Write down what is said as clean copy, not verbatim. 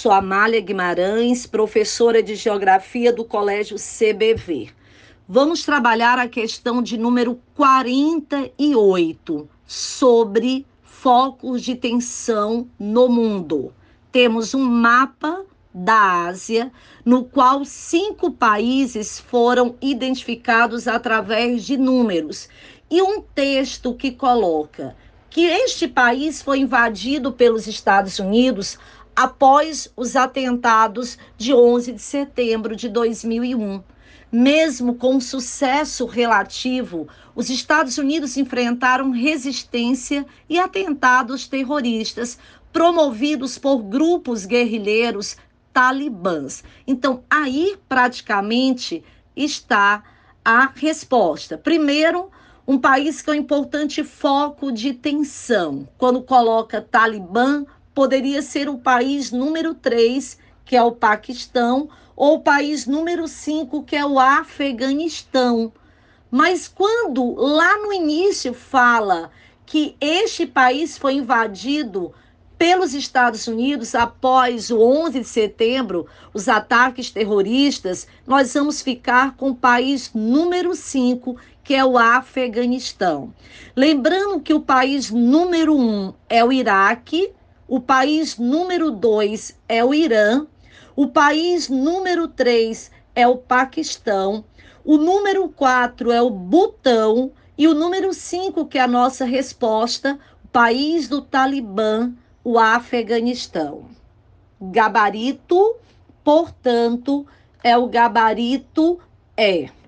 sou Amália Guimarães, professora de Geografia do Colégio CBV. Vamos trabalhar a questão de número 48, sobre focos de tensão no mundo. Temos um mapa da Ásia, no qual 5 países foram identificados através de números, e um texto que coloca que este país foi invadido pelos Estados Unidos após os atentados de 11 de setembro de 2001. Mesmo com sucesso relativo, os Estados Unidos enfrentaram resistência e atentados terroristas promovidos por grupos guerrilheiros talibãs. Então, aí praticamente está a resposta. Primeiro, um país que é um importante foco de tensão. Quando coloca Talibã, poderia ser o país número 3, que é o Paquistão, ou o país número 5, que é o Afeganistão. Mas quando lá no início fala que este país foi invadido pelos Estados Unidos após o 11 de setembro, os ataques terroristas, nós vamos ficar com o país número 5, que é o Afeganistão. Lembrando que o país número 1 é o Iraque, o país número 2 é o Irã, o país número 3 é o Paquistão, o número 4 é o Butão e o número 5, que é a nossa resposta, o país do Talibã, o Afeganistão. Gabarito, portanto, é o gabarito E.